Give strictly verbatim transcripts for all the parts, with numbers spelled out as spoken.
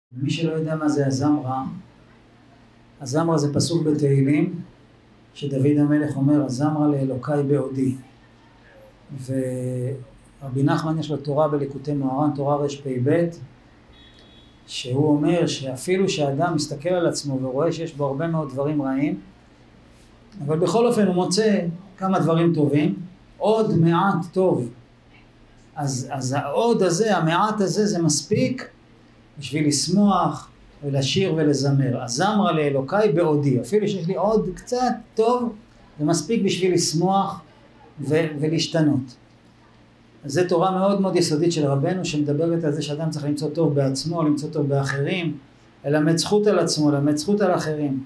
מי שלא יודע מה זה הזמרה, הזמרה זה פסוק בתהילים, שדוד המלך אומר, הזמרה לאלוקיי בעודי. ורבי נחמן יש לו תורה בליקוטי מוהר"ן, תורה רפ"ב, שהוא אומר שאפילו שהאדם מסתכל על עצמו ורואה שיש בו הרבה מאוד דברים רעים, אבל בכל אופן הוא מוצא כמה דברים טובים, עוד מעט טוב. אז, אז העוד הזה, המעט הזה, זה מספיק בשביל לשמוח ולשיר ולזמר. הזמרה לאלוקיי בעודי, אפילו שיש לי עוד קצת טוב, זה מספיק בשביל לשמוח ו- ולהשתנות. אז זו תורה מאוד מאוד יסודית של רבנו, שמדברת על זה שאדם צריך למצוא טוב בעצמו, למצוא טוב באחרים, ללמד זכות על עצמו, ללמד זכות על אחרים.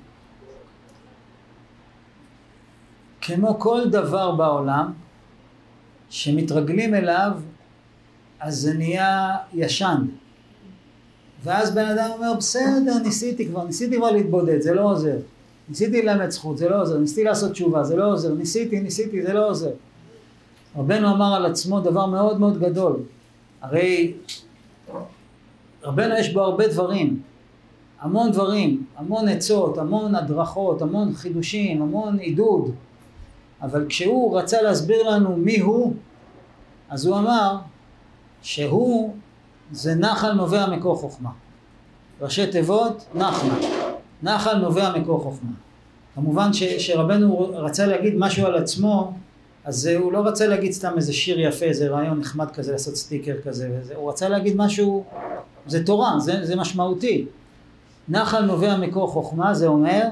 כמו כל דבר בעולם שמתרגלים אליו, אז זה נהיה ישן. ואז בן אדם אומר, בסדר, ניסיתי כבר, ניסיתי כבר להתבודד, זה לא עוזר. ניסיתי ללמד זכות, זה לא עוזר. ניסיתי לעשות תשובה, זה לא עוזר. ניסיתי, ניסיתי, זה לא עוזר. רבנו אמר על עצמו דבר מאוד מאוד גדול. הרי רבנו יש בו הרבה דברים, המון דברים, המון עצות, המון הדרכות, המון חידושים, המון עידוד. אבל כשהוא רצה להסביר לנו מי הוא, אז הוא אמר שהוא זה נחל נובע מקור חוכמה. ראשי תיבות, נחמן. נחל נובע מקור חוכמה. כמובן ש, שרבנו רצה להגיד משהו על עצמו, אז הוא לא רצה להגיד סתם איזה שיר יפה, איזה רעיון נחמד כזה, לעשות סטיקר כזה, וזה, הוא רצה להגיד משהו, זה תורה, זה, זה משמעותי. נחל נובע מקור חוכמה, זה אומר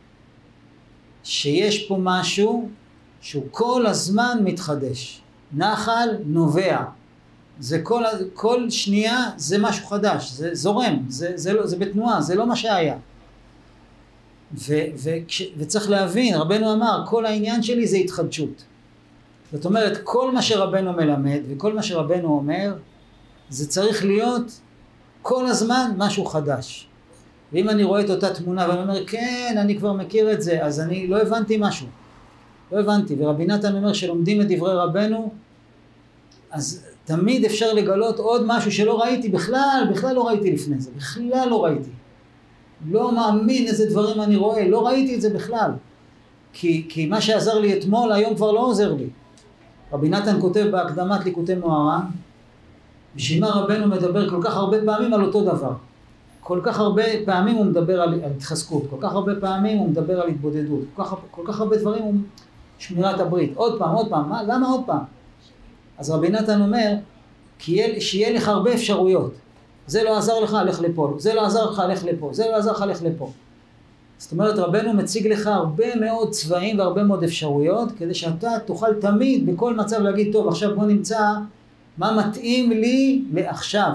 שיש פה משהו שהוא כל הזמן מתחדש. נחל נובע. זה כל, כל שנייה זה משהו חדש, זה זורם, זה, זה, לא, זה בתנועה, זה לא מה שהיה. ו, ו, וצריך להבין, רבנו אמר, כל העניין שלי זה התחדשות. זאת אומרת, כל מה שרבנו מלמד וכל מה שרבנו אומר, זה צריך להיות כל הזמן משהו חדש. ואם אני רואה את אותה תמונה ואני אומר, כן, אני כבר מכיר את זה, אז אני לא הבנתי משהו. לא הבנתי. ורבי נתן אומר שלומדים את דברי רבנו, אז תמיד אפשר לגלות עוד משהו שלא ראיתי בכלל, בכלל לא ראיתי לפני זה, בכלל לא ראיתי. לא מאמין איזה דברים אני רואה, לא ראיתי את זה בכלל. כי, כי מה שעזר לי אתמול, היום כבר לא עוזר לי. רבי נתן כותב בהקדמת ליקוטי מוהר"ן, בשביל מה רבנו מדבר כל כך הרבה פעמים על אותו דבר. כל כך הרבה פעמים הוא מדבר על, על התחזקות, כל כך הרבה פעמים הוא מדבר על התבודדות, כל כך, כל כך הרבה דברים הוא שמירת הברית. עוד פעם, עוד פעם, מה, למה עוד פעם? אז רבי נתן אומר, כי שיהיה לך הרבה אפשרויות. זה לא עזר לך, הלך לפה. זה לא עזר לך, הלך לפה. זה לא עזר לך, הלך לפה. זאת אומרת, רבנו מציג לך הרבה מאוד צבעים והרבה מאוד אפשרויות, כדי שאתה תוכל תמיד, בכל מצב להגיד, טוב, עכשיו בוא נמצא מה מתאים לי לעכשיו.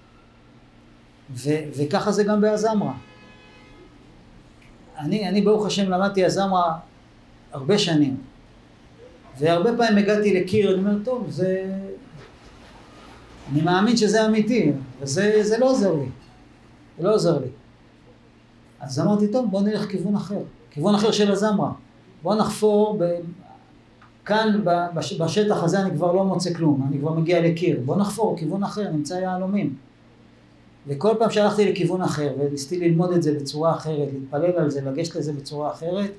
ו- וככה זה גם בהזמרה. אני, אני ברוך השם למדתי הזמרה הרבה שנים. והרבה פעמים הגעתי לקיר, אני אומר, טוב, זה... אני מאמין שזה אמיתי, וזה זה לא עוזר לי. זה לא עוזר לי. אז אמרתי, טוב, בוא נלך כיוון אחר. כיוון אחר של הזמרה. בוא נחפור, ב... כאן בש... בשטח הזה אני כבר לא מוצא כלום, אני כבר מגיע לקיר. בוא נחפור, כיוון אחר, נמצא יהלומים. וכל פעם שהלכתי לכיוון אחר, וניסיתי ללמוד את זה בצורה אחרת, להתפלל על זה, לגשת לזה בצורה אחרת,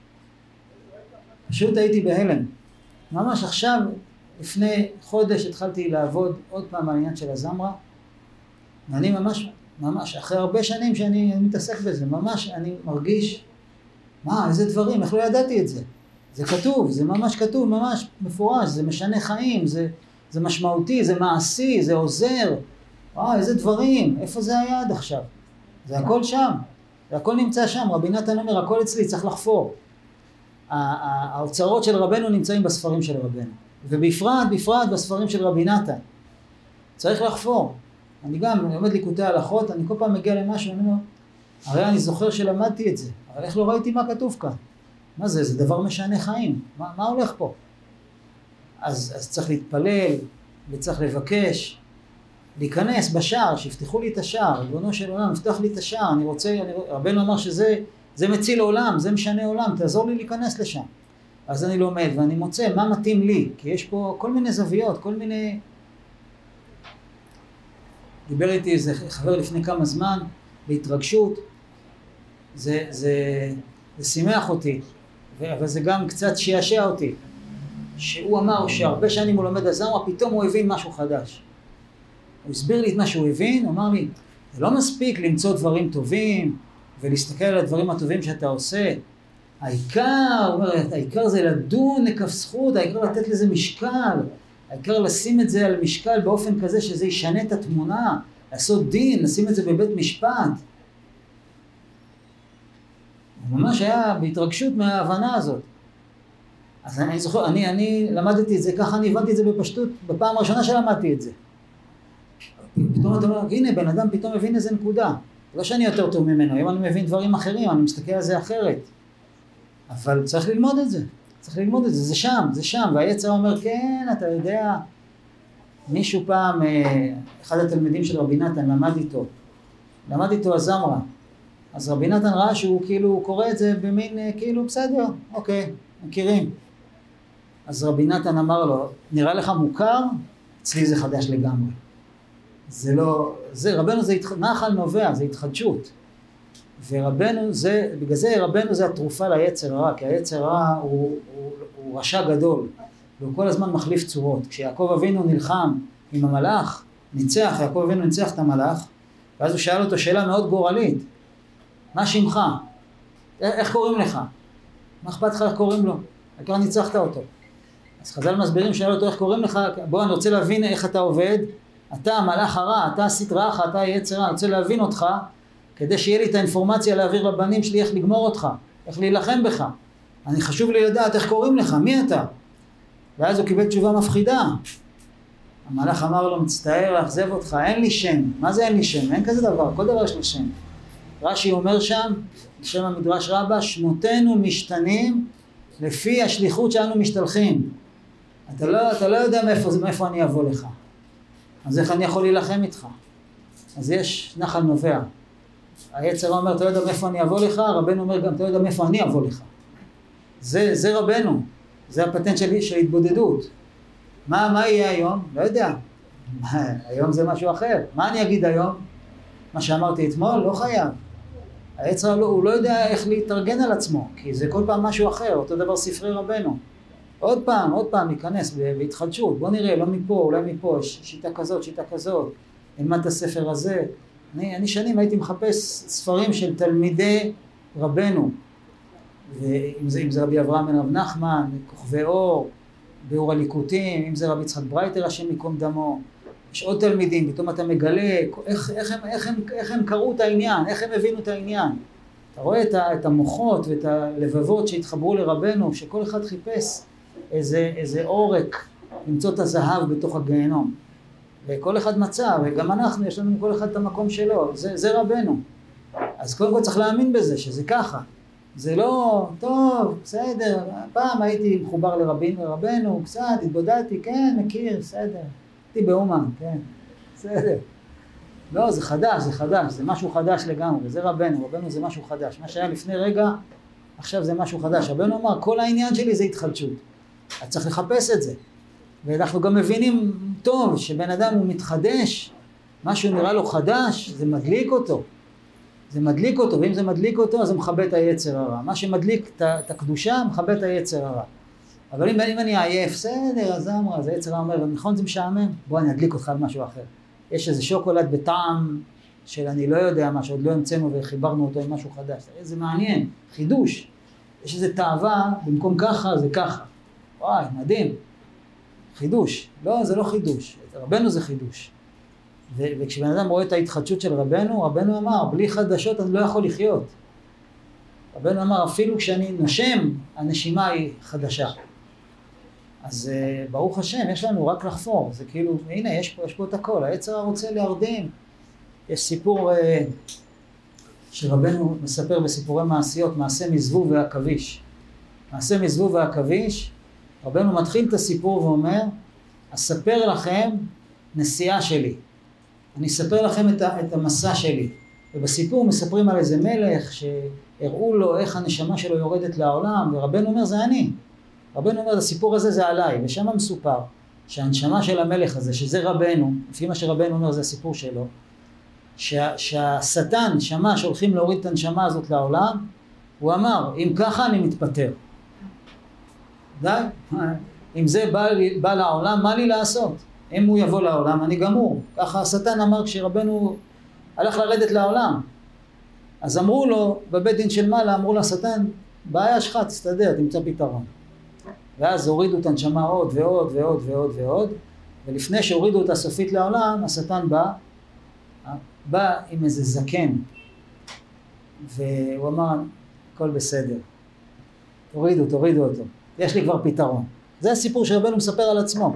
פשוט הייתי בהלם. ממש עכשיו, לפני חודש התחלתי לעבוד עוד פעם על העניין של הזמרה, ואני ממש, ממש, אחרי הרבה שנים שאני מתעסק בזה, ממש אני מרגיש, מה, איזה דברים, איך לא ידעתי את זה? זה כתוב, זה ממש כתוב, ממש מפורש, זה משנה חיים, זה, זה משמעותי, זה מעשי, זה עוזר. וואו, איזה דברים, איפה זה היה עד עכשיו? זה הכל שם, זה הכל נמצא שם, רבי נתן אומר, הכל אצלי, צריך לחפור. האוצרות של רבנו נמצאים בספרים של רבנו, ובפרט, בפרט בספרים של רבי נתן. צריך לחפור. אני גם לומד ליקוטי הלכות, אני כל פעם מגיע למשהו, אני אומר, הרי אני זוכר שלמדתי את זה, אבל איך לא ראיתי מה כתוב כאן? מה זה? זה דבר משנה חיים. מה, מה הולך פה? אז, אז צריך להתפלל, וצריך לבקש, להיכנס בשער, שיפתחו לי את השער, ריבונו של עולם, יפתח לי את השער, אני רוצה, אני, רבנו אמר שזה, זה מציל עולם, זה משנה עולם, תעזור לי להיכנס לשם. אז אני לומד ואני מוצא מה מתאים לי, כי יש פה כל מיני זוויות, כל מיני... דיבר איתי איזה חבר לפני כמה זמן, בהתרגשות, זה, זה, זה שימח אותי, אבל זה גם קצת שיעשע אותי, שהוא אמר שהרבה שנים הוא לומד הזמרה, פתאום הוא הבין משהו חדש. הוא הסביר לי את מה שהוא הבין, הוא אמר לי, זה לא מספיק למצוא דברים טובים, ולהסתכל על הדברים הטובים שאתה עושה. העיקר, הוא אומר, העיקר זה לדון לכף זכות, העיקר לתת לזה משקל, העיקר לשים את זה על משקל באופן כזה שזה ישנה את התמונה, לעשות דין, לשים את זה בבית משפט. הוא ממש היה בהתרגשות מההבנה הזאת. אז אני זוכר, אני, אני למדתי את זה, ככה אני הבנתי את זה בפשטות, בפעם הראשונה שלמדתי את זה. פתאום אתה אומר, הנה, בן אדם פתאום מבין איזה נקודה. לא שאני יותר טוב ממנו, אם אני מבין דברים אחרים, אני מסתכל על זה אחרת. אבל צריך ללמוד את זה, צריך ללמוד את זה, זה שם, זה שם. והיצר אומר, כן, אתה יודע, מישהו פעם, אחד התלמידים של רבי נתן, למד איתו, למד איתו הזמרה. אז רבי נתן ראה שהוא כאילו קורא את זה במין, כאילו, בסדר, אוקיי, מכירים. אז רבי נתן אמר לו, נראה לך מוכר? אצלי זה חדש לגמרי. זה לא, זה, רבנו זה נחל נובע, זה התחדשות. ורבנו זה, בגלל זה רבנו זה התרופה ליצר הרע, כי היצר הרע הוא, הוא, הוא רשע גדול, והוא כל הזמן מחליף צורות. כשיעקב אבינו נלחם עם המלאך, ניצח, יעקב אבינו ניצח את המלאך, ואז הוא שאל אותו שאלה מאוד גורלית, מה שמך? איך קוראים לך? מה אכפת לך איך קוראים לו? העיקר ניצחת אותו. אז חז"ל מסבירים, שאל אותו איך קוראים לך, בוא אני רוצה להבין איך אתה עובד, אתה המלאך הרע, אתה עשית רעך, אתה יצר רע, אני רוצה להבין אותך, כדי שיהיה לי את האינפורמציה להעביר לבנים שלי איך לגמור אותך, איך להילחם בך. אני חשוב לי לדעת איך קוראים לך, מי אתה? ואז הוא קיבל תשובה מפחידה. המלאך אמר לו, מצטער לאכזב אותך, אין לי שם. מה זה אין לי שם? אין כזה דבר, כל דבר יש לו שם. רש"י אומר שם, בשם המדרש רבה, שמותינו משתנים לפי השליחות שאנו משתלחים. אתה לא, אתה לא יודע מאיפה, מאיפה אני אבוא לך. אז איך אני יכול להילחם איתך? אז יש נחל נובע. היצר אומר, אתה לא יודע מאיפה אני אבוא לך, רבנו אומר גם, אתה לא יודע מאיפה אני אבוא לך. זה, זה רבנו, זה הפטנט שלי של התבודדות. מה, מה יהיה היום? לא יודע. היום זה משהו אחר. מה אני אגיד היום? מה שאמרתי אתמול, לא חייב. היצר לא, הוא לא יודע איך להתארגן על עצמו, כי זה כל פעם משהו אחר, אותו דבר ספרי רבנו. עוד פעם, עוד פעם ניכנס בהתחדשות, בוא נראה, לא מפה, אולי מפה, שיטה כזאת, שיטה כזאת, אלמד את הספר הזה. אני, אני שנים הייתי מחפש ספרים של תלמידי רבנו, ואם זה, אם זה רבי אברהם בן רב נחמן, כוכבי אור, ביאור הליקוטים, אם זה רבי יצחק ברייטר, השם ייקום דמו, יש עוד תלמידים, פתאום אתה מגלה איך, איך, הם, איך, הם, איך הם קראו את העניין, איך הם הבינו את העניין. אתה רואה את, ה, את המוחות ואת הלבבות שהתחברו לרבנו, שכל אחד חיפש איזה, איזה עורק למצוא את הזהב בתוך הגיהנום. וכל אחד מצא, וגם אנחנו, יש לנו כל אחד את המקום שלו, זה, זה רבנו. אז קודם כל צריך להאמין בזה, שזה ככה. זה לא, טוב, בסדר, פעם הייתי מחובר לרבינו, לרבנו, קצת, התבודדתי, כן, מכיר, בסדר. הייתי באומן, כן, בסדר. לא, זה חדש, זה חדש, זה משהו חדש לגמרי, זה רבנו, רבנו זה משהו חדש. מה שהיה לפני רגע, עכשיו זה משהו חדש. רבנו אמר, כל העניין שלי זה התחדשות. אז צריך לחפש את זה. ואנחנו גם מבינים טוב שבן אדם הוא מתחדש, משהו נראה לו חדש, זה מדליק אותו. זה מדליק אותו, ואם זה מדליק אותו, אז זה מכבה את היצר הרע. מה שמדליק את הקדושה, מכבה את היצר הרע. אבל אם, אם אני עייף, בסדר, אז אמרה, אז היצר הרע אומר, נכון זה משעמם? בוא אני אדליק אותך על משהו אחר. יש איזה שוקולד בטעם של אני לא יודע מה, שעוד לא המצאנו וחיברנו אותו עם משהו חדש. זה מעניין, חידוש. יש איזה תאווה, במקום ככה זה ככה. וואי, מדהים. חידוש. לא, זה לא חידוש. רבנו זה חידוש. ו- וכשבן אדם רואה את ההתחדשות של רבנו, רבנו אמר, בלי חדשות אני לא יכול לחיות. רבנו אמר, אפילו כשאני נושם, הנשימה היא חדשה. אז uh, ברוך השם, יש לנו רק לחפור. זה כאילו, הנה, יש פה, יש פה את הכל. היצר רוצה להרדים. יש סיפור uh, שרבנו מספר בסיפורי מעשיות, מעשה מזבוב והעכביש. מעשה מזבוב והעכביש, רבנו מתחיל את הסיפור ואומר, אספר לכם נסיעה שלי. אני אספר לכם את, ה, את המסע שלי. ובסיפור מספרים על איזה מלך שהראו לו איך הנשמה שלו יורדת לעולם, ורבנו אומר, זה אני. רבנו אומר, הסיפור הזה זה עליי, ושם מסופר שהנשמה של המלך הזה, שזה רבנו, לפי מה שרבנו אומר זה הסיפור שלו, שה, שהשטן שמע שהולכים להוריד את הנשמה הזאת לעולם, הוא אמר, אם ככה אני מתפטר. די? אם זה בא, בא לעולם, מה לי לעשות? אם הוא יבוא לעולם, אני גמור. ככה השטן אמר כשרבנו הלך לרדת לעולם. אז אמרו לו, בבית דין של מעלה, אמרו לשטן, בעיה שלך, תסתדר, תמצא פתרון. ואז הורידו את הנשמה עוד ועוד ועוד ועוד ועוד, ולפני שהורידו אותה סופית לעולם, השטן בא, בא עם איזה זקן, והוא אמר, הכל בסדר, תורידו, תורידו אותו, יש לי כבר פתרון. זה הסיפור שרבנו מספר על עצמו.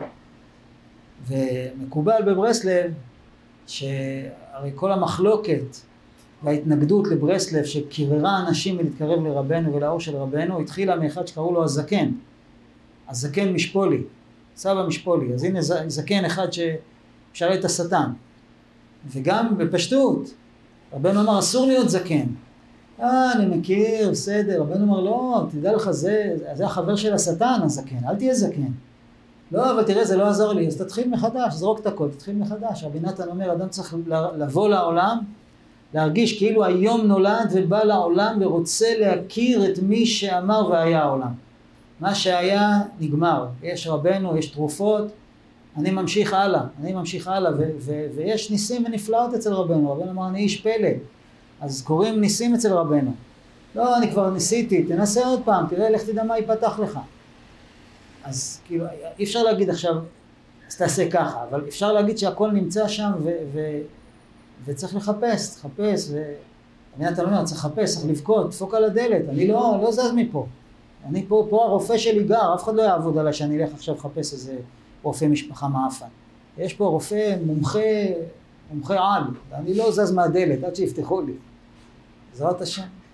ומקובל בברסלב, שהרי כל המחלוקת וההתנגדות לברסלב שקיררה אנשים מלהתקרב לרבנו ולאור של רבנו, התחילה מאחד שקראו לו הזקן. הזקן משפולי, סבא משפולי. אז הנה זקן אחד ששאל את השטן. וגם בפשטות, רבנו אמר אסור להיות זקן. אה, אני מכיר, בסדר. רבנו אמר לא, תדע לך, זה, זה החבר של השטן, הזקן, אל תהיה זקן. לא, אבל תראה, זה לא עזר לי, אז תתחיל מחדש, זרוק את הכל, תתחיל מחדש. רבי נתן אומר, אדם צריך לבוא לעולם, להרגיש כאילו היום נולד ובא לעולם ורוצה להכיר את מי שאמר והיה העולם. מה שהיה נגמר, יש רבנו, יש תרופות, אני ממשיך הלאה, אני ממשיך הלאה, ו- ו- ויש ניסים ונפלאות אצל רבנו. רבנו אמר, אני איש פלא, אז קוראים ניסים אצל רבנו. לא, אני כבר ניסיתי, תנסה עוד פעם, תראה, לך תדע מה ייפתח לך. אז כאילו, אי אפשר להגיד עכשיו, אז תעשה ככה, אבל אפשר להגיד שהכל נמצא שם, ו- ו- וצריך לחפש, לחפש, ו... אתה לא אומר, צריך לחפש, צריך לבכות, דפוק על הדלת, אני לא, לא זז מפה. אני פה, פה הרופא שלי גר, אף אחד לא יעבוד עליי שאני אלך עכשיו לחפש איזה רופא משפחה מאפן. יש פה רופא מומחה, מומחה על, ואני לא זז מהדלת עד שיפתחו לי. בעזרת השם.